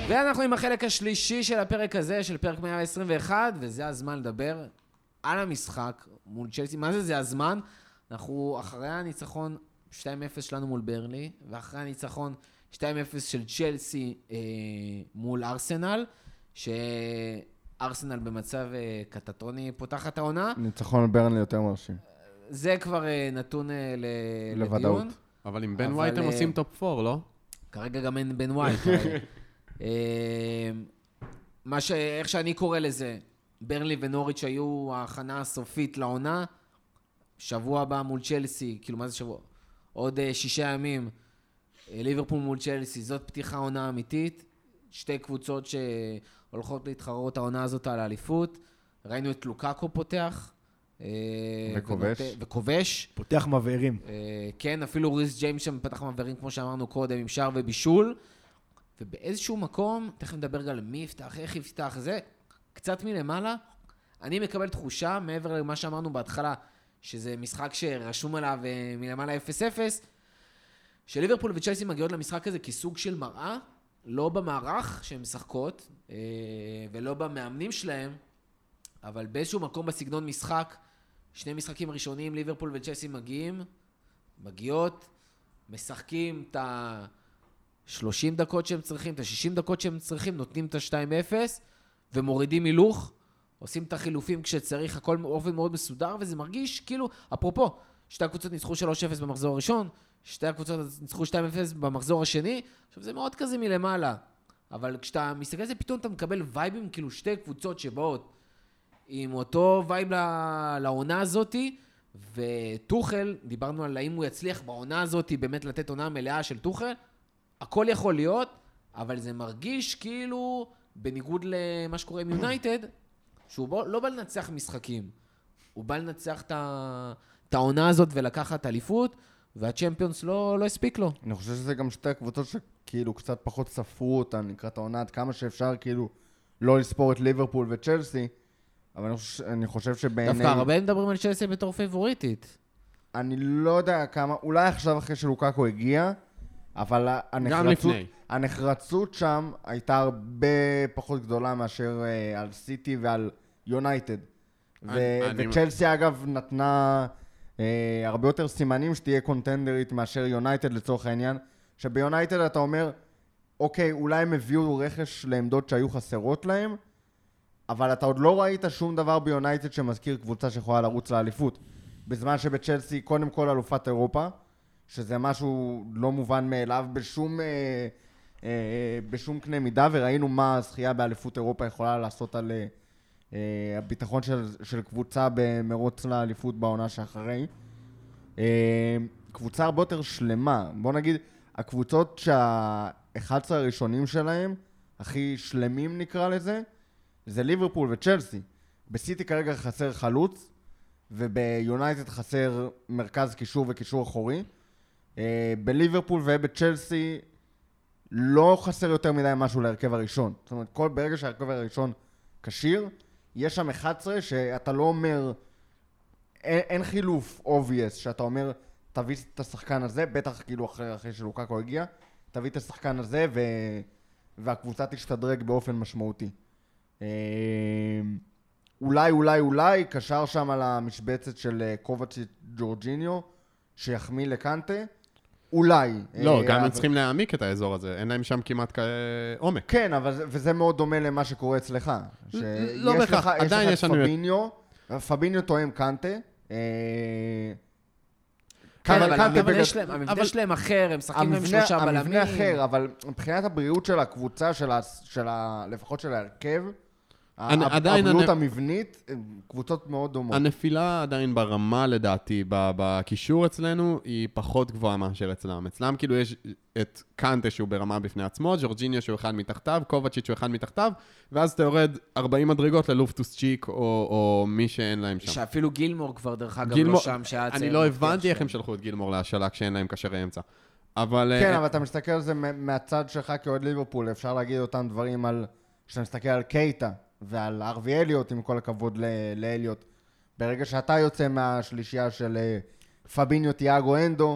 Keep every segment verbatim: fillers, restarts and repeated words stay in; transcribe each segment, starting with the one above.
ואנחנו עם החלק השלישי של הפרק הזה, של פרק מאה עשרים ואחת, וזה הזמן לדבר על המשחק מול צ'לסי. מה זה זה הזמן? אנחנו אחרי הניצחון שתיים אפס שלנו מול ברנלי, ואחרי הניצחון שתיים אפס של צ'לסי אה, מול ארסנל, שארסנל במצב אה, קטטוני פותחת העונה. ניצחון על ברנלי יותר מרשים. זה כבר אה, נתון אה, ל... לוודאות. לדיון. אבל עם בן אבל, ווייט הם אה, עושים טופ ארבע, לא? כרגע גם אין בן ווייט. מה ש... איך שאני קורא לזה, ברנלי ונוריץ' היו ההכנה הסופית לעונה, שבוע הבא מול צ'לסי, כאילו מה זה שבוע? עוד שישה ימים, ליברפול מול צ'לסי, זאת פתיחה עונה אמיתית, שתי קבוצות שהולכות להתחרות העונה הזאת על האליפות, ראינו את לוקאקו פותח, וכובש. וכובש. פותח מבערים. כן, אפילו ריס ג'יימס שם פתח מבערים, כמו שאמרנו קודם, עם שער ובישול, ובאיזשהו מקום, תכף נדבר גם על מי יפתח, איך יפתח, זה קצת מלמעלה. אני מקבל תחושה, מעבר למה שאמרנו בהתחלה, שזה משחק שרשום עליו מלמעלה אפס אפס, שליברפול וצ'לסי מגיעות למשחק הזה כסוג של מראה, לא במערך שהן משחקות, ולא במאמנים שלהם, אבל באיזשהו מקום בסגנון משחק, שני משחקים ראשונים, ליברפול וצ'לסי מגיעים, מגיעות, משחקים את ה-שלושים דקות שהם צריכים, את ה-שישים דקות שהם צריכים, נותנים את ה-שתיים אפס, ומורידים הילוך, עושים את החילופים כשצריך, הכל באופן מאוד מסודר, וזה מרגיש כאילו, אפרופו, שתי הקבוצות ניצחו שלוש אפס במחזור הראשון, שתי הקבוצות ניצחו שתיים אפס במחזור השני, עכשיו זה מאוד כזה מלמעלה, אבל כשאתה מסתכל על זה, פתאום אתה מקבל וייבים, כאילו שתי קבוצות שבאות, עם אותו וייב לעונה הזאת, וטוחל, דיברנו על האם הוא יצליח בעונה הזאת באמת לתת עונה מלאה של טוחל, הכל יכול להיות, אבל זה מרגיש כאילו, בניגוד למה שקורה עם יונייטד, שהוא בא, לא בא לנצח משחקים, הוא בא לנצח את העונה הזאת ולקחת אליפות, והצ'מפיונס לא, לא הספיק לו. אני חושב שזה גם שתי הקבוצות שכאילו קצת פחות ספרו אותן לקראת העונה, עד כמה שאפשר כאילו לא לספור את ליברפול וצ'לסי, אבל אני חושב, אני חושב שבעיני... דווקא הרבה מדברים על צ'לסי בתור פייבוריטית. אני לא יודע כמה, אולי עכשיו אחרי שלוקאקו הגיע, אבל הנחרצות, הנחרצות שם הייתה הרבה פחות גדולה מאשר uh, על סיטי ועל יונייטד. ו- אני... וצ'לסי אגב נתנה uh, הרבה יותר סימנים שתהיה קונטנדרית מאשר יונייטד לצורך העניין, שביונייטד אתה אומר, אוקיי, אולי הם הביאו רכש לעמדות שהיו חסרות להם, אבל אתה עוד לא ראית שום דבר ביונייטד שמזכיר קבוצה שיכולה לרוץ לאליפות. בזמן שבצ'לסי קודם כל אלופת אירופה, שזה משהו לא מובן מאליו בשום, אה, אה, בשום קנה מידה, וראינו מה הזכייה באליפות אירופה יכולה לעשות על אה, הביטחון של, של קבוצה במרוץ לאליפות בעונה שאחרי. אה, קבוצה הרבה יותר שלמה. בוא נגיד, הקבוצות שה-אחד עשר הראשונים שלהם, הכי שלמים נקרא לזה, זה ליברפול וצ'לסי. בסיטי כרגע חסר חלוץ, וביונייטד חסר מרכז קישור וקישור אחורי. בליברפול ובצ'לסי לא חסר יותר מדי משהו להרכב הראשון. זאת אומרת, כל ברגע שהרכב הראשון קשיר, יש שם אחד עשר שאתה לא אומר, אין, אין חילוף obvious, שאתה אומר, תביא את השחקן הזה, בטח כאילו אחרי, אחרי שלוקאקו הגיע, תביא את השחקן הזה ו... והקבוצה תשתדרג באופן משמעותי. אולי, אולי, אולי, קשר שם על המשבצת של קובצ'יץ' ג'ורג'יניו, שיחמיא לקנטה, אולי. לא, גם הם צריכים להעמיק את האזור הזה, אין להם שם כמעט עומק. כן, אבל וזה מאוד דומה למה שקורה אצלך. לא בכך, עדיין יש לנו... פביניו, פביניו תואם קנטה. כן, אבל המבנה שלהם אחר, הם משחקים עם שלושה בלמים. המבנה אחר, אבל מבחינת הבריאות של הקבוצה, לפחות של ההרכב, הבריאות המבנית, קבוצות מאוד דומות. הנפילה עדיין ברמה לדעתי, בקישור אצלנו, היא פחות גבוהה מאשר אצלם. אצלם כאילו יש את קנטה שהוא ברמה בפני עצמו, ג'ורג'יניה שהוא אחד מתחתיו, קובצ'יץ' שהוא אחד מתחתיו, ואז אתה יורד ארבעים מדרגות ללופטוס צ'יק, או מי שאין להם שם. שאפילו גילמור כבר דרך אגב לא שם. אני לא הבנתי איך הם שלחו את גילמור להשאלה כשאין להם קשרי אמצע. אבל... כן, אבל אתה מסתכל על זה מהצד שלך כאוהד ליברפול, אפשר להגיד אותם דברים על... שאתה מסתכל על קייטה, ועל ארווי אליוט, עם כל הכבוד לאליוט. ברגע שאתה יוצא מהשלישייה של פביניו, תיאגו, אנדו,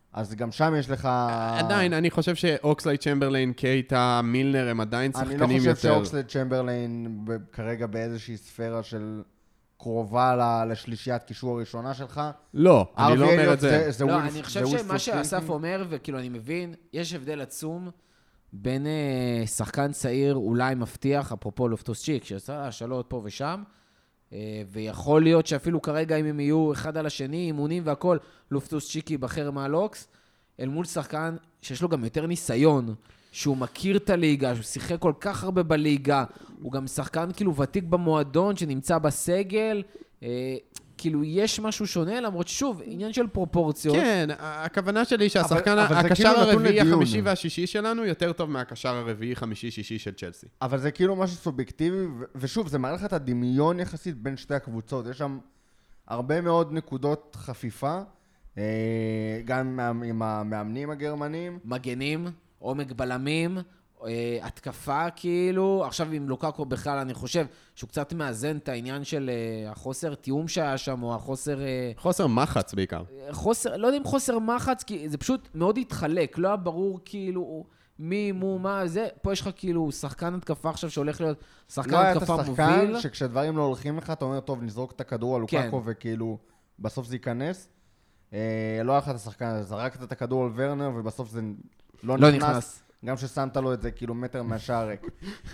אז גם שם יש לך... עדיין, אני חושב שאוקסלייד, צ'מברליין, קייטה, מילנר, הם עדיין שחקנים יותר... אני לא חושב שאוקסלייד, צ'מברליין כרגע באיזושהי ספירה של קרובה לשלישיית קישור הראשונה שלך. לא, אני לא אומר את זה. לא, אני חושב שמה שאסף אומר, וכאילו אני מבין, יש הבדל עצום בין שחקן צעיר אולי מבטיח, אפרופו לופטוס צ'יק, שעשה השאלות פה ושם, ויכול להיות שאפילו כרגע אם הם יהיו אחד על השני, אימונים והכל, לופטוס צ'יק ייבחר מהלוקס, אל מול שחקן שיש לו גם יותר ניסיון, שהוא מכיר את הליגה, שהוא שיחק כל כך הרבה בליגה, הוא גם שחקן כאילו ותיק במועדון שנמצא בסגל, כאילו יש משהו שונה, למרות שוב, עניין של פרופורציות. כן, הכוונה שלי שהשחקן, הקשר הרביעי, החמישי והשישי שלנו, יותר טוב מהקשר הרביעי, חמישי, שישי של צ'לסי. אבל זה כאילו משהו סובייקטיבי, ושוב, זה מראה לך את הדמיון יחסית בין שתי הקבוצות. יש שם הרבה מאוד נקודות חפיפה, גם עם המאמנים הגרמנים. מגנים, עומק בלמים, התקפה כאילו, עכשיו עם לוקאקו בכלל אני חושב שהוא קצת מאזן את העניין של החוסר תיאום שהיה שם, או החוסר... חוסר מחץ בעיקר. חוסר, לא יודע אם חוסר מחץ, כי זה פשוט מאוד התחלק, לא היה ברור כאילו מי, מו, מה, זה, פה יש לך כאילו שחקן התקפה עכשיו שהולך להיות שחקן התקפה מוביל. לא היה את השחקן שכשדברים לא הולכים לך, אתה אומר, טוב, נזרוק את הכדור על לוקאקו וכאילו בסוף זה ייכנס. לא היה לך את השחקן, זרקת את הכדור על ורנר ובסוף זה לא נכנס. גם ששמת לו את זה קילומטר מהשער ריק.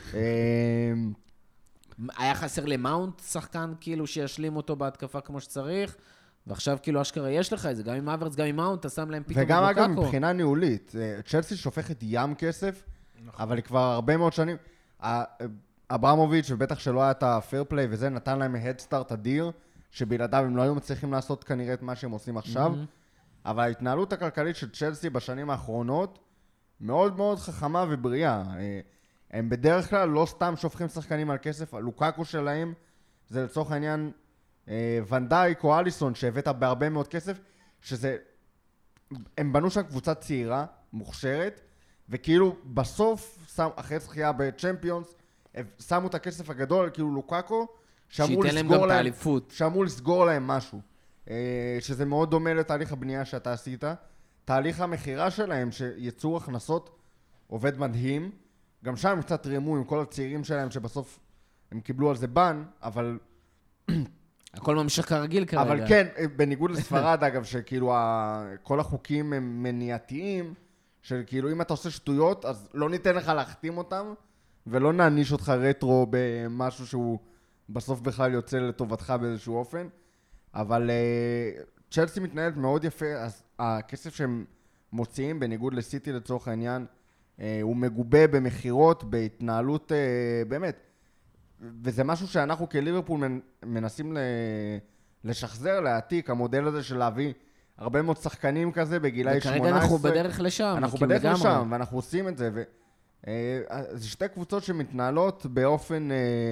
היה חסר למאונט שחקן כאילו שישלים אותו בהתקפה כמו שצריך, ועכשיו כאילו אשכרה יש לך את זה, גם עם אברץ, גם עם מאונט, אתה שם להם פתאום וגם אגב מבחינה ניהולית, צ'לסי שופכת ים כסף, אבל כבר הרבה מאוד שנים, אברמוביץ' ובטח שלא היה את הפייר פליי וזה, נתן להם הדסטארט אדיר, שבלעדיו הם לא היו מצליחים לעשות כנראה את מה שהם עושים עכשיו, אבל ההתנהלות הכלכלית של צ'לסי בשנים האחרונות, מאוד מאוד חכמה ובריאה. הם בדרך כלל לא סתם שופכים שחקנים על כסף, הלוקאקו שלהם זה לצורך העניין ונדייק או אליסון שהבאת בהרבה מאוד כסף, שזה, הם בנו שם קבוצה צעירה, מוכשרת, וכאילו בסוף, אחרי זכייה בצ'מפיונס, שמו את הכסף הגדול, כאילו לוקאקו, שאמרו לסגור להם, שאמרו לסגור להם משהו, שזה מאוד דומה לתהליך הבנייה שאתה עשית. תהליך המחירה שלהם, שיצור הכנסות עובד מדהים, גם שם הם קצת רימו עם כל הצעירים שלהם, שבסוף הם קיבלו על זה בן, אבל... הכל ממשיך כרגיל כרגע. אבל כן, בניגוד לספרד, אגב, שכאילו כל החוקים הם מניעתיים, שכאילו אם אתה עושה שטויות, אז לא ניתן לך להחתים אותם, ולא נעניש אותך רטרו במשהו שהוא בסוף בכלל יוצא לטובתך באיזשהו אופן, אבל... צ'לסי מתנהלת מאוד יפה, אז הכסף שהם מוציאים, בניגוד לסיטי לצורך העניין, הוא מגובה במחירות, בהתנהלות באמת, וזה משהו שאנחנו כליברפול מנסים לשחזר, להעתיק, המודל הזה של להביא הרבה מאוד שחקנים כזה בגילאי שמונה עשרה. וכרגע אנחנו בדרך לשם. אנחנו בדרך לשם, ואנחנו עושים את זה, זה שתי קבוצות שמתנהלות באופן,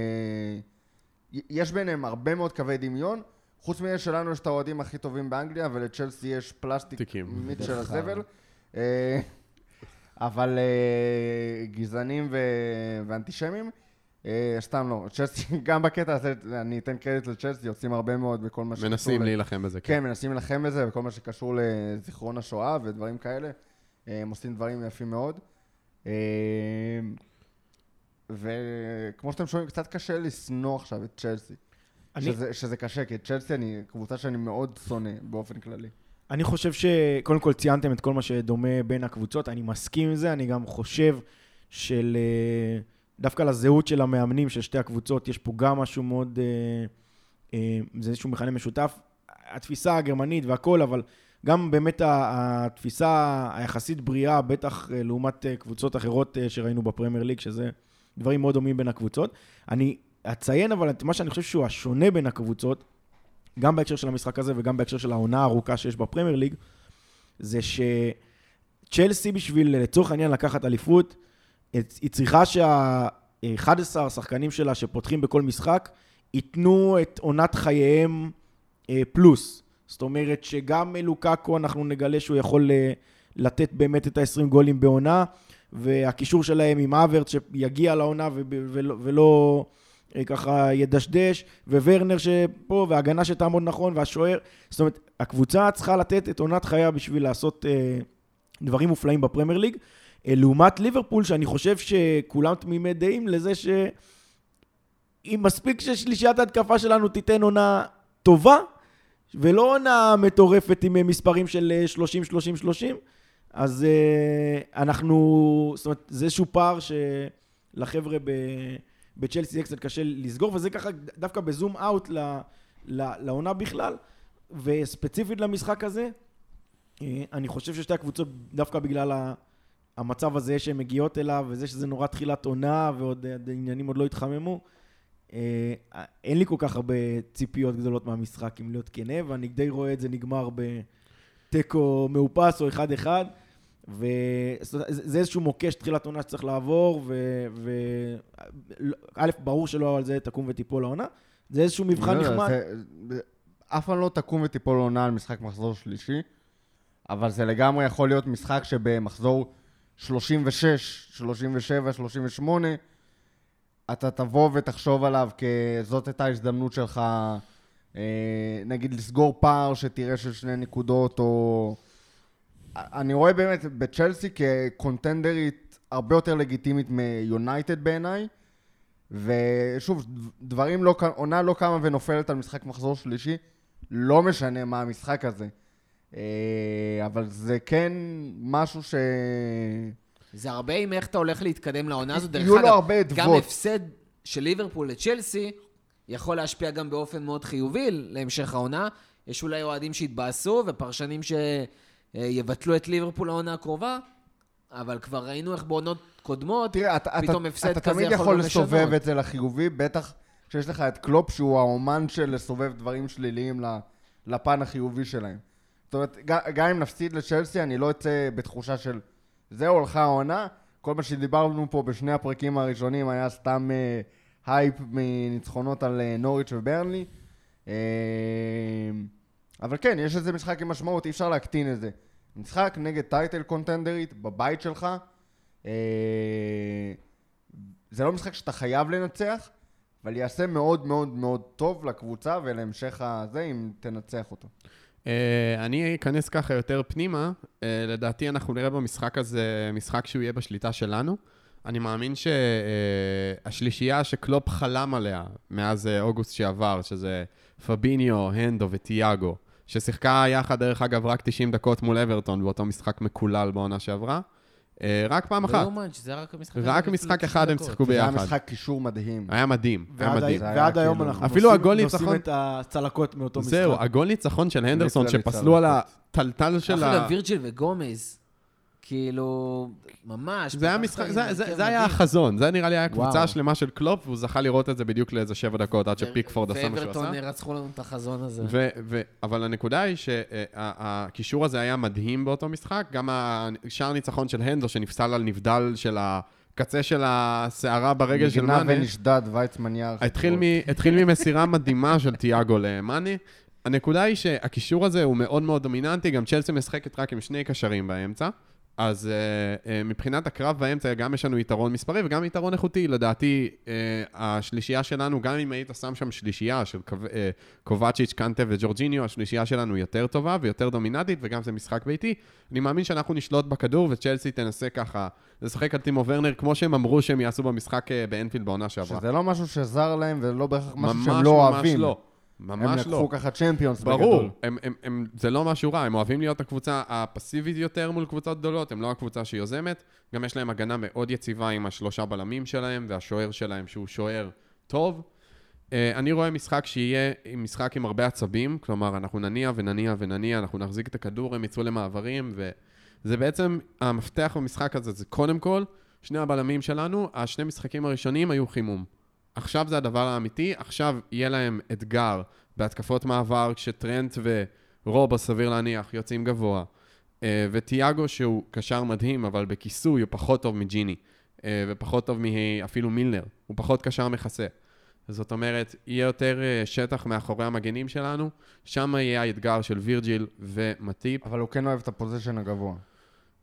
יש ביניהם הרבה מאוד קווי דמיון, חוץ מזה שלנו יש את האוהדים הכי טובים באנגליה, ולצ'לסי יש פלסטיק מיץ של הזבל. אבל גזענים ואנטישמים, סתם לא. צ'לסי, גם בקטע הזה, אני אתן קרדיט לצ'לסי, יוצאים הרבה מאוד בכל מה שקשור... מנסים להילחם בזה. כן, מנסים להילחם בזה, בכל מה שקשור לזיכרון השואה ודברים כאלה. הם עושים דברים יפים מאוד. וכמו שאתם שומעים, קצת קשה לסנוע עכשיו את צ'לסי. שזה, שזה קשה, כי צ'לסי אני קבוצה שאני מאוד שונא באופן כללי. אני חושב שקודם כל ציינתם את כל מה שדומה בין הקבוצות, אני מסכים עם זה, אני גם חושב של דווקא לזהות של המאמנים של שתי הקבוצות, יש פה גם משהו מאוד, זה איזשהו מכנה משותף, התפיסה הגרמנית והכל, אבל גם באמת התפיסה היחסית בריאה, בטח לעומת קבוצות אחרות שראינו בפרמייר ליג, שזה דברים מאוד דומים בין הקבוצות. אני אציין אבל את מה שאני חושב שהוא השונה בין הקבוצות, גם בהקשר של המשחק הזה וגם בהקשר של העונה הארוכה שיש בפרמייר ליג, זה שצ'לסי בשביל לצורך העניין לקחת אליפות, היא צריכה שה-אחד עשר השחקנים שלה שפותחים בכל משחק, ייתנו את עונת חייהם פלוס. זאת אומרת שגם לוקאקו אנחנו נגלה שהוא יכול לתת באמת את ה-עשרים גולים בעונה, והקישור שלהם עם אברץ שיגיע לעונה ולא, ולא ככה ידשדש, וורנר שפה, וההגנה שתעמוד נכון, והשוער. זאת אומרת, הקבוצה צריכה לתת את עונת חיה בשביל לעשות אה, דברים מופלאים בפרמייר ליג, אה, לעומת ליברפול, שאני חושב שכולם תמימי דעים לזה ש... אם מספיק ששלישיית ההתקפה שלנו תיתן עונה טובה, ולא עונה מטורפת עם מספרים של שלושים שלושים שלושים, אז uh, אנחנו, זאת אומרת, זה איזשהו פער שלחבר'ה בצ'לסי זה קצת קשה לסגור, וזה ככה דווקא בזום אאוט לעונה בכלל, וספציפית למשחק הזה, אני חושב ששתי הקבוצות דווקא בגלל המצב הזה שהן מגיעות אליו, וזה שזה נורא תחילת עונה, ועוד עניינים עוד לא התחממו, אין לי כל כך הרבה ציפיות גדולות מהמשחק, אם להיות כנה, ואני די רואה את זה נגמר בטקו מאופס או אחד אחד, וזה איזשהו מוקש תחילת עונה שצריך לעבור, וא', ברור שלא על זה תקום וטיפול העונה, זה איזשהו מבחן נחמד. אף פעם לא תקום וטיפול עונה על משחק מחזור שלישי, אבל זה לגמרי יכול להיות משחק שבמחזור שלושים ושש, שלושים ושבע, שלושים ושמונה, אתה תבוא ותחשוב עליו כזאת הייתה ההזדמנות שלך, נגיד לסגור פער שתראה של שני נקודות, או... אני רואה באמת בצ'לסי כקונטנדרית הרבה יותר לגיטימית מיונייטד בעיניי, ושוב, דברים לא, עונה לא קמה ונופלת על משחק מחזור שלישי, לא משנה מה המשחק הזה, אבל זה כן משהו ש... זה הרבה עם איך אתה הולך להתקדם לעונה הזו. יהיו לו הרבה עדבות. גם הפסד של ליברפול לצ'לסי יכול להשפיע גם באופן מאוד חיובי להמשך העונה. יש אולי אוהדים שהתבאסו ופרשנים שיבטלו את ליברפול לעונה הקרובה, אבל כבר ראינו איך בעונות קודמות, תראה, אתה, פתאום אתה, הפסד אתה כזה תמיד יכול יכול לסובב את זה לחיובי, בטח כשיש לך את קלופ שהוא האומן של לסובב דברים שליליים לפן החיובי שלהם. זאת אומרת, גם אם נפסיד לצ'לסי, אני לא אצא בתחושה של זהו, הולכה העונה. כל מה שדיברנו פה בשני הפרקים הראשונים היה סתם אה, הייפ מניצחונות על אה, נוריץ' וברנלי. אה, אבל כן, יש איזה משחק עם משמעות, אי אפשר להקטין את זה. משחק נגד טייטל קונטנדרית בבית שלך. אה, זה לא משחק שאתה חייב לנצח, אבל יעשה מאוד מאוד מאוד טוב לקבוצה ולהמשך הזה אם תנצח אותו. Uh, אני אכנס ככה יותר פנימה, uh, לדעתי אנחנו נראה במשחק הזה, משחק שהוא יהיה בשליטה שלנו. אני מאמין שהשלישייה uh, שקלופ חלם עליה מאז uh, אוגוסט שעבר, שזה פביניו, הנדו וטיאגו, ששיחקה יחד דרך אגב רק תשעים דקות מול אברטון באותו משחק מקולל בעונה שעברה, uh, רק פעם אחת. רק משחק אחד הם שיחקו ביחד. זה היה משחק קישור מדהים. היה מדהים, היה מדהים. ועד היום אנחנו נושאים את הצלקות מאותו משחק. זהו, הגול ניצחון של הנדרסון שפסלו על הטלטל של ה... אחלה וירג'יל וגומז. כאילו, ממש. זה היה משחק, זה היה החזון. זה נראה לי היה קבוצה שלמה של קלופ, והוא זכה לראות את זה בדיוק לאיזה שבע דקות, עד שפיקפורד עשה מה שהוא עשה. ואברטון רצחו לנו את החזון הזה. אבל הנקודה היא שהקישור הזה היה מדהים באותו משחק, גם השער ניצחון של הנדו, שנפסל על נבדל של הקצה של השערה ברגל של מאני. נגנה ונשדד, ויצמן יער. התחיל ממסירה מדהימה של תיאגו למאני. הנקודה היא שהקישור הזה הוא מאוד מאוד דומיננטי, גם צ'לסי משחקת רק עם שני קשרים באמצע. אז uh, uh, מבחינת הקרב באמצע גם יש לנו יתרון מספרי וגם יתרון איכותי. לדעתי, uh, השלישייה שלנו, גם אם היית שם שם שלישייה של uh, קובצ'יץ', קנטה וג'ורג'יניו, השלישייה שלנו יותר טובה ויותר דומיננטית, וגם זה משחק ביתי. אני מאמין שאנחנו נשלוט בכדור, וצ'לסי תנסה ככה לשחק על טימו ורנר, כמו שהם אמרו שהם יעשו במשחק uh, באנפילד בעונה שעברה. שזה לא משהו שזר להם, ולא בהכרח משהו שהם לא אוהבים. ממש לא. ממש הם לא. לקחו ככה צ'מפיונס ברור, בגדול. הם, הם, הם, זה לא משהו רע, הם אוהבים להיות הקבוצה הפסיבית יותר מול קבוצות גדולות, הם לא הקבוצה שיוזמת, גם יש להם הגנה מאוד יציבה עם השלושה בלמים שלהם, והשוער שלהם שהוא שוער טוב. אני רואה משחק שיהיה משחק עם הרבה עצבים, כלומר אנחנו נניע ונניע ונניע, אנחנו נחזיק את הכדור, הם יצאו למעברים, וזה בעצם המפתח במשחק הזה, זה קודם כל, שני הבלמים שלנו, השני משחקים הראשונים היו חימום. עכשיו זה הדבר האמיתי, עכשיו יהיה להם אתגר בהתקפות מעבר, כשטרנט ורובו סביר להניח יוצאים גבוה, וטיאגו שהוא קשר מדהים, אבל בכיסוי הוא פחות טוב מג'יני, ופחות טוב מאפילו מילנר, הוא פחות קשר מכסה. זאת אומרת, יהיה יותר שטח מאחורי המגנים שלנו, שם יהיה האתגר של וירג'יל ומטיפ. אבל הוא כן אוהב את הפוזישן הגבוה.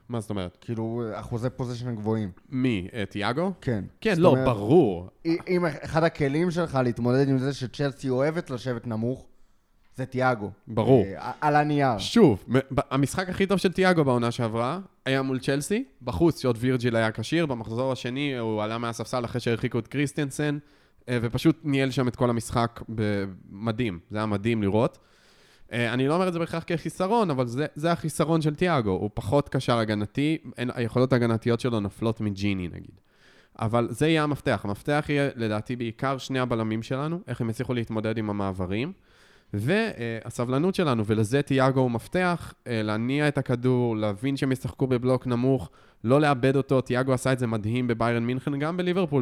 מה זאת אומרת? כאילו, אחוזי פוזיישן גבוהים. מי? תיאגו? כן. כן, לא, ברור. אם אחד הכלים שלך להתמודד עם זה שצ'לסי אוהבת לשבת נמוך, זה תיאגו. ברור. על הנייר. שוב, המשחק הכי טוב של תיאגו בעונה שעברה היה מול צ'לסי, בחוץ שעוד וירג'יל היה קשיר, במחזור השני הוא עלה מהספסל אחרי שהרחיקו את קריסטנסן, ופשוט ניהל שם את כל המשחק מדהים, זה היה מדהים לראות. אני לא אומר את זה בכך כחיסרון, אבל זה, זה החיסרון של תיאגו, הוא פחות קשר הגנתי, היכולות ההגנתיות שלו נופלות מג'יני נגיד. אבל זה יהיה המפתח, המפתח יהיה לדעתי בעיקר שני הבלמים שלנו, איך הם יצליחו להתמודד עם המעברים, והסבלנות שלנו, ולזה תיאגו הוא מפתח, להניע את הכדור, להבין שהם ישחקו בבלוק נמוך, לא לאבד אותו, תיאגו עשה את זה מדהים בביירן מינכן, גם בליברפול,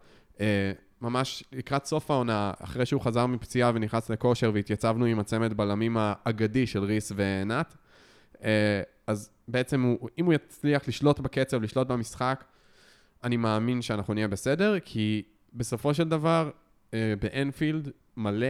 ממש לקראת סוף העונה, אחרי שהוא חזר מפציעה ונכנס לכושר, והתייצבנו עם הצמד בלמים האגדי של ריס ונאט, אז בעצם הוא, אם הוא יצליח לשלוט בקצב, לשלוט במשחק, אני מאמין שאנחנו נהיה בסדר, כי בסופו של דבר, באנפילד מלא,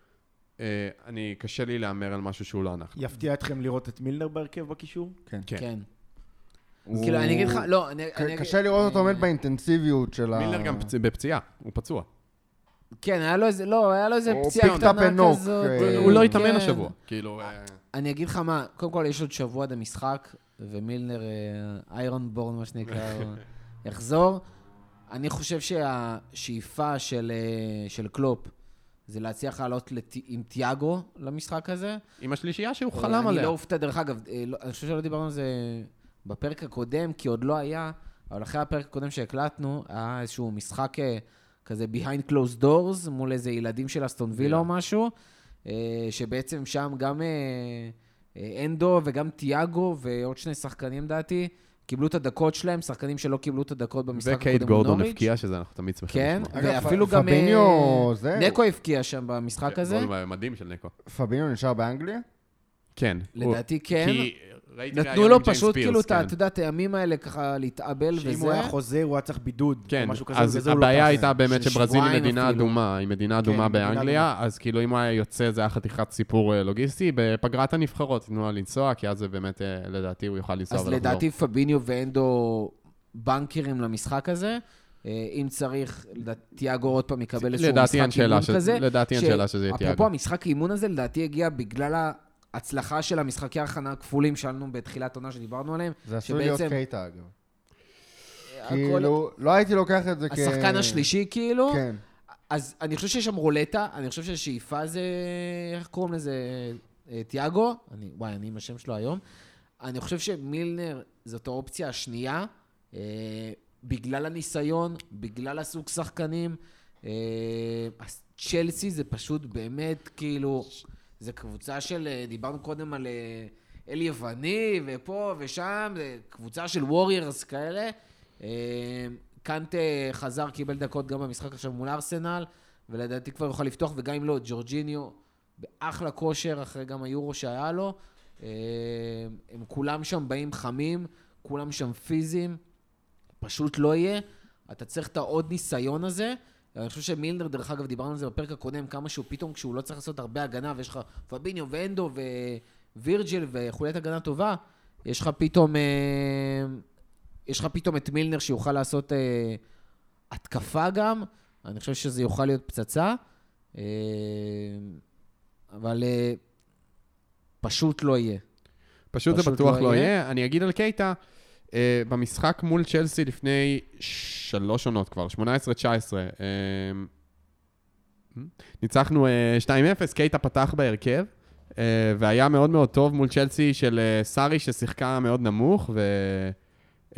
אני קשה לי לאמר על משהו שהוא לא אנחנו. יפתיע אתכם לראות את מילנר בהרכב בקישור? כן. כן. כאילו, אני אגיד לך, לא, אני... קשה לראות אותו עומד באינטנסיביות של ה... מילנר גם בפציעה, הוא פצוע. כן, היה לו איזה, לא, היה לו איזה פציעה קטנה כזאת. הוא לא התאמן השבוע, כאילו... אני אגיד לך מה, קודם כל יש עוד שבוע עד המשחק, ומילנר, איירון בורן, מה שנקרא, יחזור. אני חושב שהשאיפה של קלופ, זה להצליח לעלות עם תיאגו למשחק הזה. עם השלישייה שהוא חלם עליה. אני לא אופתע, דרך אגב, אני חושב שלא דיברנו על זה בפרק הקודם, כי עוד לא היה, אבל אחרי הפרק הקודם שהקלטנו, היה איזשהו משחק כזה behind closed doors, מול איזה ילדים של אסטון וילה או משהו, שבעצם שם גם אנדו וגם תיאגו ועוד שני שחקנים דעתי, קיבלו את הדקות שלהם, שחקנים שלא קיבלו את הדקות במשחק הקודם וקייט גורדון הפקיע, שזה אנחנו תמיד שמחים לשמוע. כן, ואפילו גם נקו הפקיע שם במשחק הזה. מדהים של נקו. פביניו נשאר באנגליה? כן. לדעתי כן. כי נתנו לו פשוט כאילו, אתה יודע, את הימים האלה ככה להתאבל וזה. שאם הוא היה חוזר, הוא היה צריך בידוד. כן, אז הבעיה הייתה באמת שברזיל היא מדינה אדומה, היא מדינה אדומה באנגליה, אז כאילו אם הוא היה יוצא, זה היה חתיכת סיפור לוגיסטי, בפגרת הנבחרות, תנו לה לנסוע, כי אז זה באמת, לדעתי, הוא יוכל לנסוע ולחזור. אז לדעתי פביניו ואנדו בנקרים למשחק הזה, אם צריך, תיאגו עוד פעם יקבל איזשהו משחק אימון כזה. לדעתי אין שאלה שזה יהיה תיאגו. אפרופו, המשחק האימון הזה, לדעתי הגיע בגלל הצלחה של המשחקי ההכנה הכפולים שאלנו בתחילת עונה שדיברנו עליהם. זה עשוי להיות קייטה, אגב. כאילו, לא הייתי לוקח את זה כ... השחקן השלישי, כאילו. כן. אז אני חושב שיש שם רולטה, אני חושב שהשאיפה זה... איך קוראים לזה? תיאגו? וואי, אני עם השם שלו היום. אני חושב שמילנר זאת האופציה השנייה, בגלל הניסיון, בגלל הסוג שחקנים. צ'לסי זה פשוט באמת, כאילו... זה קבוצה של, דיברנו קודם על אל יווני, ופה ושם, זה קבוצה של ווריירס כאלה. קנטה חזר, קיבל דקות גם במשחק עכשיו מול ארסנל, ולדעתי כבר יוכל לפתוח, וגם אם לא, ג'ורג'יניו באחלה כושר, אחרי גם היורו שהיה לו. הם כולם שם באים חמים, כולם שם פיזיים, פשוט לא יהיה. אתה צריך את העוד ניסיון הזה, אני חושב שמילנר, דרך אגב, דיברנו על זה בפרק הקודם, כמה שהוא פתאום, כשהוא לא צריך לעשות הרבה הגנה, ויש לך פביניו ואנדו ווירג'יל וחוליית הגנה טובה, יש לך פתאום, יש לך פתאום את מילנר שיוכל לעשות התקפה גם, אני חושב שזה יוכל להיות פצצה, אבל פשוט לא יהיה. פשוט זה בטוח לא יהיה. אני אגיד על קייטה, Uh, במשחק מול צ'לסי לפני שלוש עונות כבר, שמונה עשרה תשע עשרה, uh, ניצחנו uh, שתיים אפס, קייטה פתח בהרכב, uh, והיה מאוד מאוד טוב מול צ'לסי של uh, סארי ששיחקה מאוד נמוך, ו... Uh,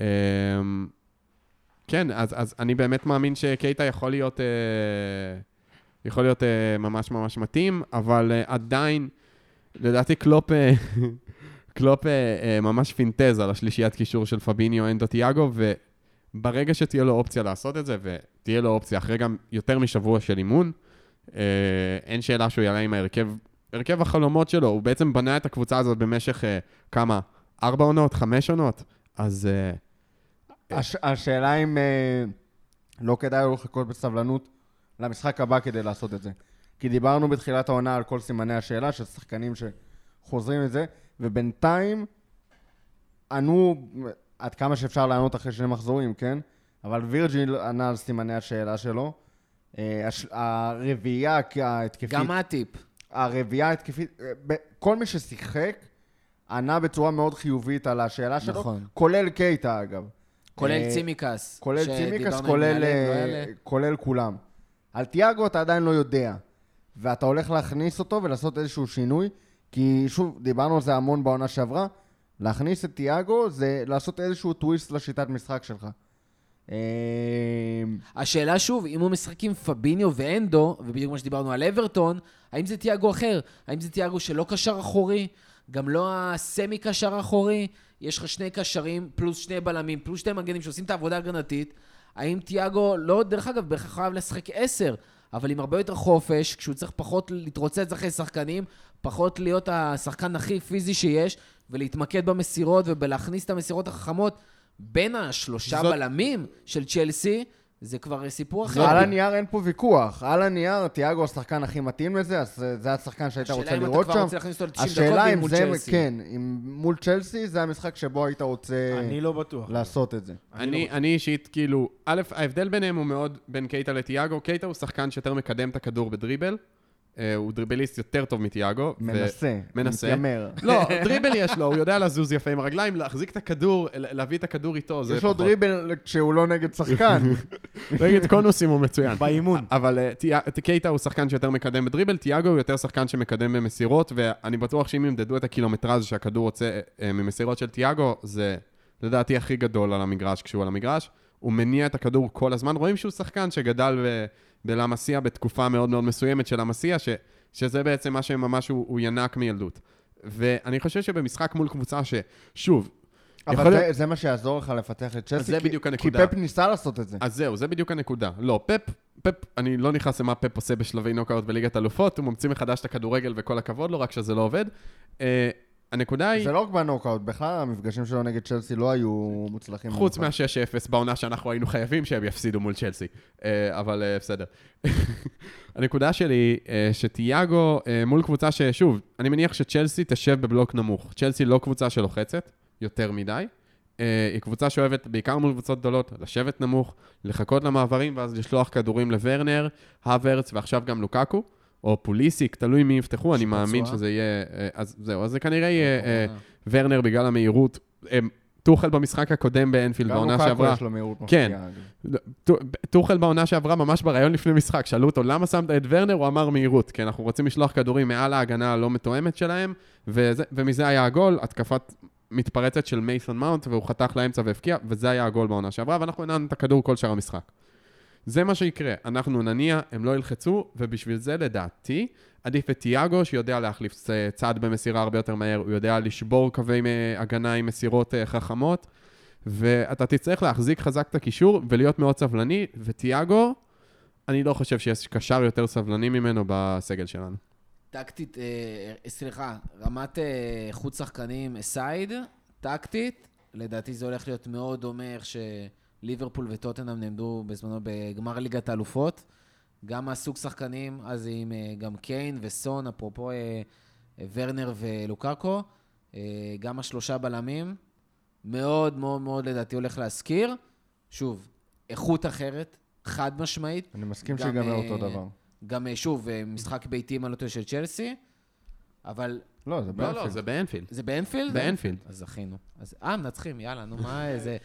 כן, אז, אז אני באמת מאמין שקייטה יכול להיות, uh, יכול להיות uh, ממש ממש מתאים, אבל uh, עדיין, לדעתי קלופ... Uh, קלופ אה, ממש פינטז על השלישיית קישור של פביניו אנדו תיאגו, וברגע שתהיה לו אופציה לעשות את זה, ותהיה לו אופציה אחרי גם יותר משבוע של אימון, אה, אין שאלה שהוא יעלה עם ההרכב, הרכב החלומות שלו, הוא בעצם בנה את הקבוצה הזאת במשך אה, כמה? ארבע עונות, חמש עונות, אז... אה, הש, השאלה אם אה, לא כדאי לו לחכות בסבלנות למשחק הבא כדי לעשות את זה. כי דיברנו בתחילת העונה על כל סימני השאלה של שחקנים שחוזרים את זה, ובינתיים ענו עד כמה שאפשר לענות אחרי שני מחזורים, כן? אבל וירג'יל ענה על סימני השאלה שלו. הרביעייה ההתקפית... גם מה הטיפ? הרביעייה ההתקפית... כל מי ששיחק ענה בצורה מאוד חיובית על השאלה שלו, נכון. כולל קייטה אגב. כולל צימיקס. כולל צימיקס, כולל, כולל כולם. על תיאגו אתה עדיין לא יודע, ואתה הולך להכניס אותו ולעשות איזשהו שינוי, כי שוב, דיברנו על זה המון בעונה שעברה, להכניס את תיאגו זה לעשות איזשהו טוויסט לשיטת משחק שלך. השאלה שוב, אם הוא משחק עם פביניו ואנדו, ובדיוק מה שדיברנו על אברטון, האם זה תיאגו אחר? האם זה תיאגו שלא קשר אחורי? גם לא הסמי קשר אחורי? יש לך שני קשרים, פלוס שני בלמים, פלוס שני מגנים שעושים את העבודה הגנתית. האם תיאגו, לא דרך אגב, בכך חייב לשחק עשר, אבל עם הרבה יותר חופש, כשהוא צריך פחות להתרוצץ אחרי שחקנים, פחות להיות השחקן הכי פיזי שיש, ולהתמקד במסירות ובלהכניס את המסירות החכמות, בין השלושה זאת... בלמים של צ'לסי, זה כבר סיפור אחר. על הנייר אין פה ויכוח. על הנייר, תיאגו השחקן הכי מתאים לזה, אז זה השחקן שהיית רוצה לראות שם. השאלה אם אתה כבר רוצה להכניס אותו ל-תשעים דקות ועם מול צ'לסי. כן, מול צ'לסי זה המשחק שבו היית רוצה אני לא בטוח. לעשות את זה. אני, אני אישית, כאילו, א', ההבדל ביניהם הוא מאוד בין קייטה לתיאגו. קייטה הוא שחקן שיותר מקדם את הכדור בדריבל. הוא דריבליסט יותר טוב מתיאגו. מנסה, מנסה. מתיימר. לא, דריבל יש לו, הוא יודע לזוז יפה עם הרגליים, להחזיק את הכדור, להביא את הכדור איתו, זה יש לו דריבל כשהוא לא נגד שחקן. נגד קונוסים הוא מצוין. באימון. אבל קייטה הוא שחקן שיותר מקדם בדריבל, תיאגו הוא יותר שחקן שמקדם במסירות, ואני בטוח שאם ימדדו את הקילומטרז שהכדור רוצה ממסירות של תיאגו, זה לדעתי הכי גדול על המגרש כשהוא על המגרש. הוא מניע את הכדור כל הזמן, רואים שהוא שחקן שגדל ו... בלמסיה, בתקופה מאוד מאוד מסוימת של למסיה, ש, שזה בעצם מה שממש הוא, הוא ינק מילדות. ואני חושב שבמשחק מול קבוצה ששוב... אבל זה, להיות... זה מה שיעזור לך לפתח את צ'לסי, זה כי, בדיוק הנקודה. כי פפ ניסה לעשות את זה. אז זהו, זה בדיוק הנקודה. לא, פפ, פפ, אני לא נכנס למה פפ עושה בשלבי נוקאוט בליגת אלופות, הוא ממציא מחדש את הכדורגל וכל הכבוד, לא רק שזה לא עובד. Uh, הנקודה היא... זה לא רק בנוקאוט, בכלל המפגשים שלו נגד צ'לסי לא היו מוצלחים. חוץ מה-שש אפס בעונה שאנחנו היינו חייבים שהם יפסידו מול צ'לסי. אבל בסדר. הנקודה שלי, שתיאגו מול קבוצה ששוב, אני מניח שצ'לסי תשב בבלוק נמוך. צ'לסי לא קבוצה שלוחצת, יותר מדי. היא קבוצה שאוהבת בעיקר מול קבוצות גדולות, לשבת נמוך, לחכות למעברים ואז לשלוח כדורים לוורנר, הוורץ ועכשיו גם לוקאקו. או פוליסיק, תלוי מי יפתחו, אני מאמין שזה יהיה... אז זהו, אז זה כנראה יהיה ורנר בגלל המהירות. טוחל במשחק הקודם באנפילד, בעונה שעברה... גם לוקאקו יש לו מהירות מפתיעה. כן. טוחל בעונה שעברה, ממש ברעיון לפני משחק, שאלו אותו, למה שמת את ורנר? הוא אמר מהירות, כי אנחנו רוצים לשלוח כדורים מעל ההגנה הלא מתואמת שלהם, ומזה היה הגול, התקפת מתפרצת של מייסון מאונט, והוא חתך לאמצע והפקיע, וזה היה הגול בעונה שעברה, ואנחנו הנענו את הכדור כל שאר המשחק. זה מה שיקרה, אנחנו נניע, הם לא ילחצו, ובשביל זה לדעתי, עדיף את תיאגו, שיודע להחליף צד במסירה הרבה יותר מהר, הוא יודע לשבור קווי הגנה עם מסירות חכמות, ואתה תצטרך להחזיק חזק את הקישור, ולהיות מאוד סבלני, ותיאגו, אני לא חושב שיש קשר יותר סבלני ממנו בסגל שלנו. טקטית, אה, סליחה, רמת אה, חוץ שחקנים אסייד, טקטית, לדעתי זה הולך להיות מאוד דומה איך ש... ליברפול וטוטנהאם נעמדו בזמנו בגמר ליגת האלופות, גם מהסוג שחקנים, אז עם גם קיין וסון, אפרופו ורנר ולוקאקו, גם השלושה בלמים, מאוד מאוד מאוד לדעתי הולך להזכיר, שוב, איכות אחרת, חד משמעית. אני מסכים שיגמר אותו דבר. גם שוב, משחק ביתי מלוטו של צ'לסי, אבל... לא, זה באנפילד. לא, לא, זה באנפילד. זה באנפילד? באנפילד. אז זכינו. אז אה, מנצחים, יאללה, נו, מה איזה...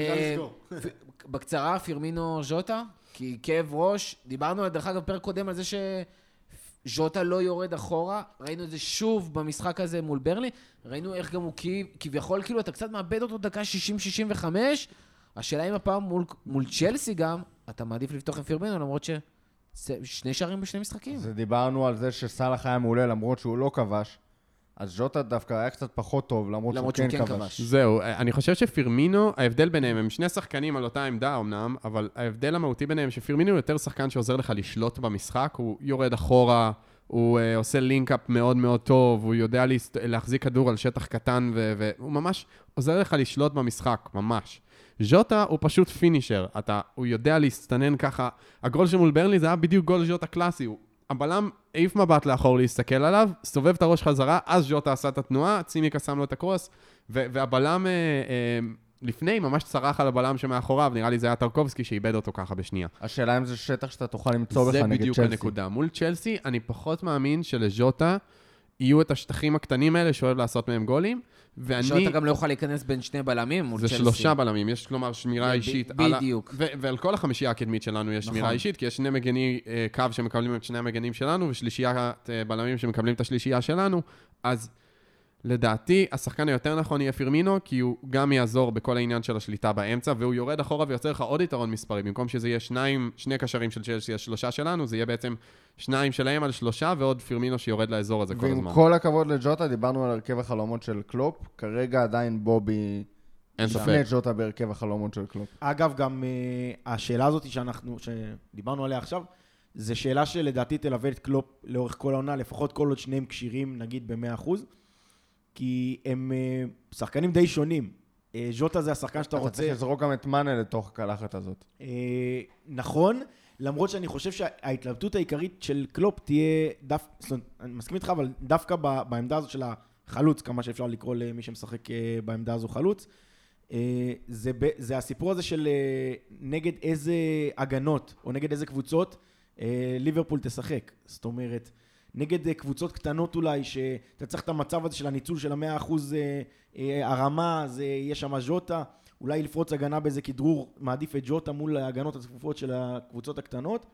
בקצרה, פירמינו ז'וטה, כי כאב ראש, דיברנו דרך אגב פרק קודם על זה שז'וטה לא יורד אחורה, ראינו את זה שוב במשחק הזה מול ברלי, ראינו איך גם הוא כביכול, כאילו, אתה קצת מאבד אותו דקה שישים שישים וחמש, השאלה אם הפעם מול צ'לסי גם, אתה מעדיף לפתוח עם פירמינו, למרות ש... שני שערים בשני משחקים. אז דיברנו על זה שסלאח היה מעולה, למרות שהוא לא כבש, אז ז'וטה דווקא היה קצת פחות טוב, למרות, למרות שהוא, שהוא כן, כן כבש. זהו, אני חושב שפירמינו, ההבדל ביניהם, הם שני שחקנים על אותה עמדה אמנם, אבל ההבדל המהותי ביניהם, שפירמינו הוא יותר שחקן שעוזר לך לשלוט במשחק, הוא יורד אחורה, הוא uh, עושה לינק-אפ מאוד מאוד טוב, הוא יודע להסת... להחזיק כדור על שטח קטן, ו... והוא ממש עוזר לך לשלוט במשחק, ממש. ז'וטה הוא פשוט פינישר, אתה, הוא יודע להסתנן ככה, הגול של מול ברנלי זה היה בדיוק גול ז'וטה קלאסי, הוא, הבלם העיף מבט לאחור להסתכל עליו, סובב את הראש חזרה, אז ז'וטה עשה את התנועה, צימיקה שם לו את הקרוס, ו- והבלם אה, אה, לפני ממש צרח על הבלם שמאחוריו, נראה לי זה היה טרקובסקי שאיבד אותו ככה בשנייה. השאלה אם זה שטח שאתה תוכל למצוא בך נגד צ'לסי. זה בדיוק הנקודה. מול צ'לסי, אני פחות מאמין שלז'וטה יהיו את השטחים הקטנים האלה שאוהב לעשות מהם גולים, ואני... ז'וטה גם לא יכול להיכנס בין שני בלמים מול צ'לסי. זה שלושה בלמים, יש כלומר שמירה אישית. בדיוק. ועל כל החמישייה הקדמית שלנו יש שמירה אישית, כי יש שני מגני קו שמקבלים את שני המגנים שלנו, ושלישיית בלמים שמקבלים את השלישייה שלנו, אז לדעתי, השחקן היותר נכון יהיה פירמינו, כי הוא גם יעזור בכל העניין של השליטה באמצע, והוא יורד אחורה ויוצר לך עוד יתרון מספרי. במקום שזה יהיה שניים, שני קשרים של צ'לסי, שלושה שלנו, זה יהיה בעצם שניים שלהם על שלושה, ועוד פירמינו שיורד לאזור הזה כל הזמן. ועם כל הכבוד לג'וטה, דיברנו על הרכב החלומות של קלופ, כרגע עדיין בובי לפני ג'וטה בהרכב החלומות של קלופ. אגב, גם uh, השאלה הזאת שאנחנו, שדיברנו עליה עכשיו, זה שאלה שלדעתי תלווה את קלופ לאורך כל העונה, לפחות כל עוד שניהם קשירים, נגיד ב-מאה אחוז. כי הם uh, שחקנים די שונים. Uh, ז'וטה זה השחקן שאתה אתה רוצה... אתה צריך לזרוק גם את מאנה לתוך הקלחת הזאת. Uh, נכון, למרות שאני חושב שההתלבטות העיקרית של קלופ תהיה דווקא, זאת אומרת, אני מסכים איתך, אבל דווקא ב- בעמדה הזאת של החלוץ, כמה שאפשר לקרוא למי שמשחק uh, בעמדה הזו חלוץ, uh, זה, ב- זה הסיפור הזה של uh, נגד איזה הגנות, או נגד איזה קבוצות, uh, ליברפול תשחק. זאת אומרת... נגד קבוצות קטנות אולי, שאתה צריך את המצב הזה של הניצול של המאה אחוז הרמה, זה יהיה שם ז'וטה, אולי לפרוץ הגנה באיזה כדרור, מעדיף את ז'וטה מול ההגנות הצפופות של הקבוצות הקטנות,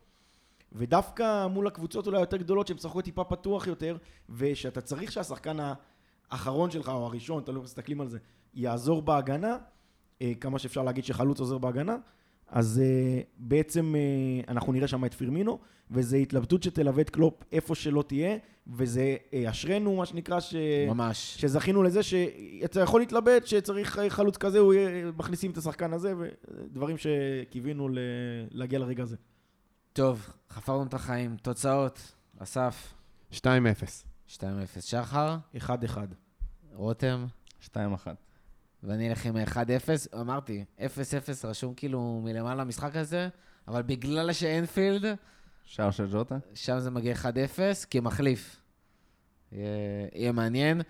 ודווקא מול הקבוצות אולי יותר גדולות, שהן משחקות טיפה פתוח יותר, ושאתה צריך שהשחקן האחרון שלך, או הראשון, אתה לא מסתכלים על זה, יעזור בהגנה, כמה שאפשר להגיד שחלוץ עוזר בהגנה, אז uh, בעצם uh, אנחנו נראה שם את פירמינו, וזה התלבטות שתלווה את קלופ איפה שלא תהיה, וזה uh, אשרנו, מה שנקרא, ש... ממש. שזכינו לזה שאתה יכול להתלבט שצריך חלוץ כזה, הוא יהיה, מכניסים את השחקן הזה, ודברים שקיווינו ל... להגיע לרגע הזה. טוב, חפרנו את החיים. תוצאות, אסף. שתיים אפס. שתיים אפס. שחר. אחד אחד. רותם. שתיים אחת. ואני אלך עם אחד אפס, אמרתי, אפס אפס רשום כאילו מלמעלה המשחק הזה, אבל בגלל שאנפילד, שער של ג'וטה? שם זה מגיע אחד אפס, כמחליף. יהיה, יהיה מעניין.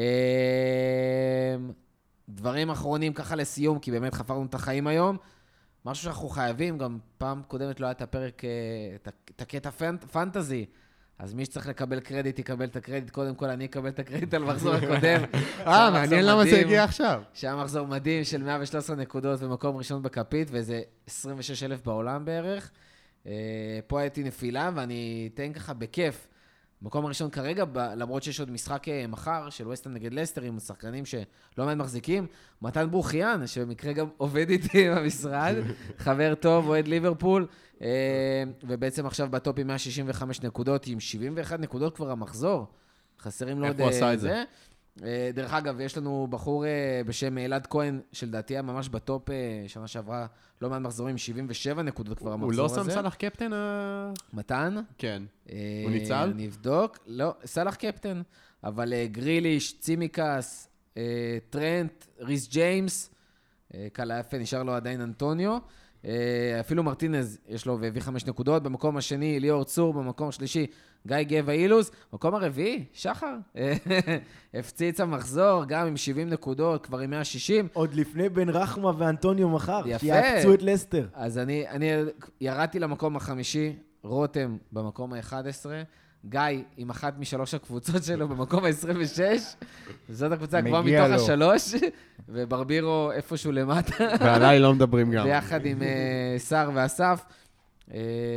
דברים אחרונים ככה לסיום, כי באמת חפרנו את החיים היום. משהו שאנחנו חייבים, גם פעם קודמת לא היה את הפרק, את הקטע פנטזי, אז מי שצריך לקבל קרדיט, יקבל את הקרדיט. קודם כל, אני אקבל את הקרדיט על מחזור הקודם. אה, מעניין למה זה הגיע עכשיו. שהיה מחזור מדהים של מאה ושלוש עשרה נקודות ומקום ראשון בכפית, וזה עשרים ושש אלף בעולם בערך. פה הייתי נפילה, ואני אתן ככה בכיף. מקום הראשון כרגע, למרות שיש עוד משחק מחר של ווסטהאם נגד לסטר, עם שחקנים שלא מעט מחזיקים, מתן ברוכיאן, שבמקרה גם עובד איתי במשרד, חבר טוב, אוהד ליברפול, ובעצם עכשיו בטופ עם מאה שישים וחמש נקודות, עם שבעים ואחת נקודות כבר המחזור. חסרים לו עוד... איך הוא עשה את זה? דרך אגב, יש לנו בחור בשם אלעד כהן, שלדעתי היה ממש בטופ שנה שעברה, לא מעט מחזורים, עם שבעים ושבע נקודות כבר המחזור הזה. הוא לא שם סלח קפטן? מתן? כן. הוא ניצל? אני אבדוק. לא, סלח קפטן. אבל גריליש, צימיקס, טרנט, ריס ג'יימס, קלה יפה, נשאר לו עדיין אנטוניו. אפילו מרטינז יש לו והביא חמש נקודות. במקום השני, ליאור צור. במקום השלישי, גיא גבע אילוז. במקום הרביעי, שחר. הפציץ המחזור, גם עם שבעים נקודות, כבר עם מאה שישים. עוד לפני בן רחמה ואנטוניו מחר. יפה. שיעקצו את לסטר. אז אני, אני ירדתי למקום החמישי, רותם במקום ה-אחד עשר, גיא עם אחת משלוש הקבוצות שלו במקום ה-עשרים ושש, זאת הקבוצה כבר מתוך השלוש, וברבירו איפשהו למטה. ועליי לא מדברים גם. ביחד עם uh, שר ואסף. Uh,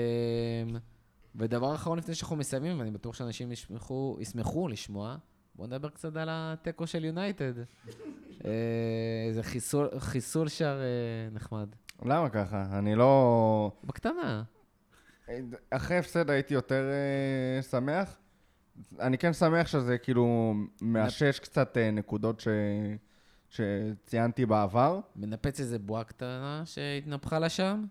ודבר אחרון לפני שאנחנו מסיימים, ואני בטוח שאנשים ישמחו, ישמחו לשמוע, בואו נדבר קצת על הטקו של יונייטד. uh, זה חיסול, חיסול שער uh, נחמד. למה ככה? אני לא... בקטנה. אחרי הפסד הייתי יותר uh, שמח. אני כן שמח שזה כאילו מאשש קצת uh, נקודות ש... שציינתי בעבר. מנפץ איזה בועה קטנה שהתנפחה לה שם?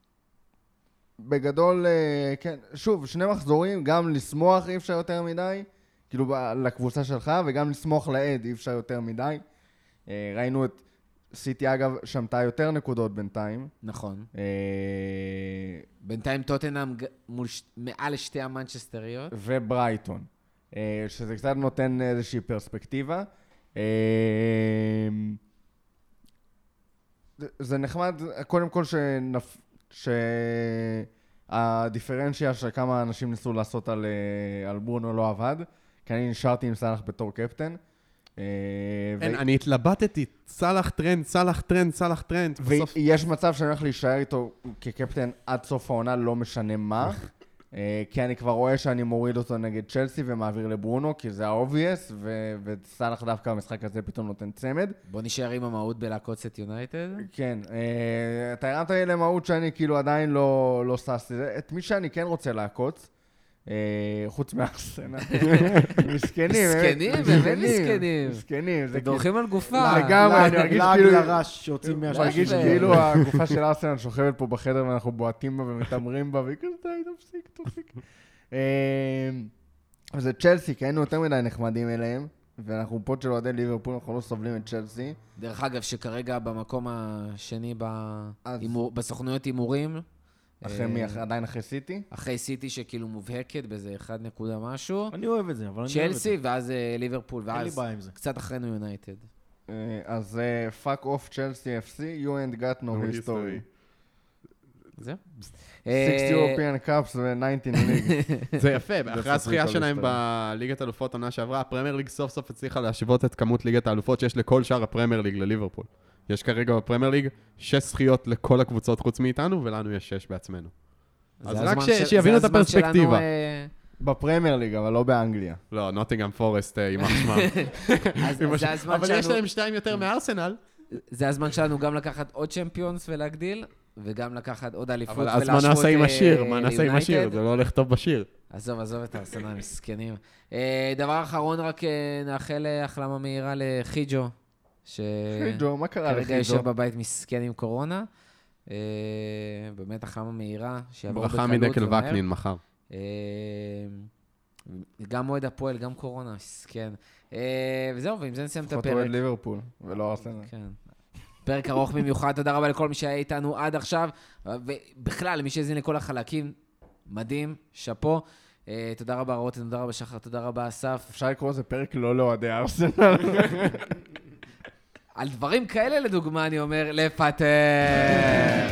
בגדול, uh, כן. שוב, שני מחזורים, גם לשמוח אי אפשר יותר מדי, כאילו ב- לקבוצה שלך, וגם לשמוח לעד אי אפשר יותר מדי. Uh, ראינו את סיטי, אגב, שמתה יותר נקודות בינתיים. נכון. Uh, בינתיים טוטנהאם מול ש... מעל שתי המנצ'סטריות. וברייטון, uh, שזה קצת נותן איזושהי פרספקטיבה. Uh, זה נחמד, קודם כל שהדיפרנציה שכמה אנשים ניסו לעשות על ברונו לא עבד, כי אני נשארתי עם סלאח בתור קפטן. אין, אני התלבטתי, סלאח טרנד, סלאח טרנד, סלאח טרנד. ויש מצב שאני הולך להישאר איתו כקפטן עד סוף העונה, לא משנה מה. כי אני כבר רואה שאני מוריד אותו נגד צ'לסי ומעביר לברונו, כי זה האובייס, וסלאח דווקא במשחק הזה פתאום נותן צמד. בוא נשאר עם המהות בלעקוץ את יונייטד. כן, אתה הרמת לי למהות שאני כאילו עדיין לא סס. את מי שאני כן רוצה לעקוץ, חוץ מארסנל. מסכנים, מסכנים, באמת מסכנים. מסכנים. דורכים על גופה. לגמרי, אני מרגיש כאילו... לעג לרש שיוצאים מהשלושים. מרגיש כאילו הגופה של ארסנל שוכבת פה בחדר ואנחנו בועטים בה ומתאמרים בה, והיא כזה, די, תפסיק, תפסיק. זה צ'לסי, כי היינו יותר מדי נחמדים אליהם, ואנחנו פה של אוהדי ליברפול, אנחנו לא סובלים את צ'לסי. דרך אגב, שכרגע במקום השני בסוכנויות הימורים, אחרי מי? עדיין אחרי סיטי? אחרי סיטי שכאילו מובהקת באיזה אחד נקודה משהו. אני אוהב את זה, אבל אני אוהב את זה. צ'לסי, ואז ליברפול, אין לי בעיה עם זה. קצת אחרינו יונייטד. אז fuck off צ'לסי אף סי, you ain't got no history. זהו? six European Cups ו-nineteen League. זה יפה, אחרי הזכייה שלהם בליגת האלופות עונה שעברה, הפרמייר ליג סוף סוף הצליחה להשוות את כמות ליגת האלופות שיש לכל שאר הפרמייר ליג לליברפול. יש כרגע בפרמייר ליג שש זכיות לכל הקבוצות חוץ מאיתנו, ולנו יש שש בעצמנו. אז רק שיבינו את הפרספקטיבה. בפרמייר ליג, אבל לא באנגליה. לא, נוטינגהאם פורסט יימח שמם. אבל יש להם שתיים יותר מארסנל. זה הזמן שלנו גם לקחת עוד צ'מפיונס ולהגדיל, וגם לקחת עוד אליפות ולהשוות ליונייטד. אבל אז מה נעשה עם השיר? מה נעשה עם השיר? זה לא הולך טוב בשיר. עזוב, עזוב את הארסנל, מסכנים. דבר אחרון, רק נאחל החלמה מהירה לחיג'ו. חיג'ו, מה קרה לחיג'ו? כרגע יושב בבית מסכן עם קורונה. באמת החלמה מהירה. ברכה מדקל וקנין מחר. גם מועד הפועל, גם קורונה, מסכן. וזהו, ועם זה נסיים את הפרק. לפחות מועד ליברפול, ולא ארסנל. כן. פרק ארוך במיוחד, תודה רבה לכל מי שהיה איתנו עד עכשיו, ובכלל, למי שהזין לכל החלקים, מדהים, שפו. תודה רבה רותם, תודה רבה שחר, תודה רבה אסף. אפשר לקרוא לזה פרק לא לאוהדי ארסנל. על דברים כאלה לדוגמה אני אומר, לפטר.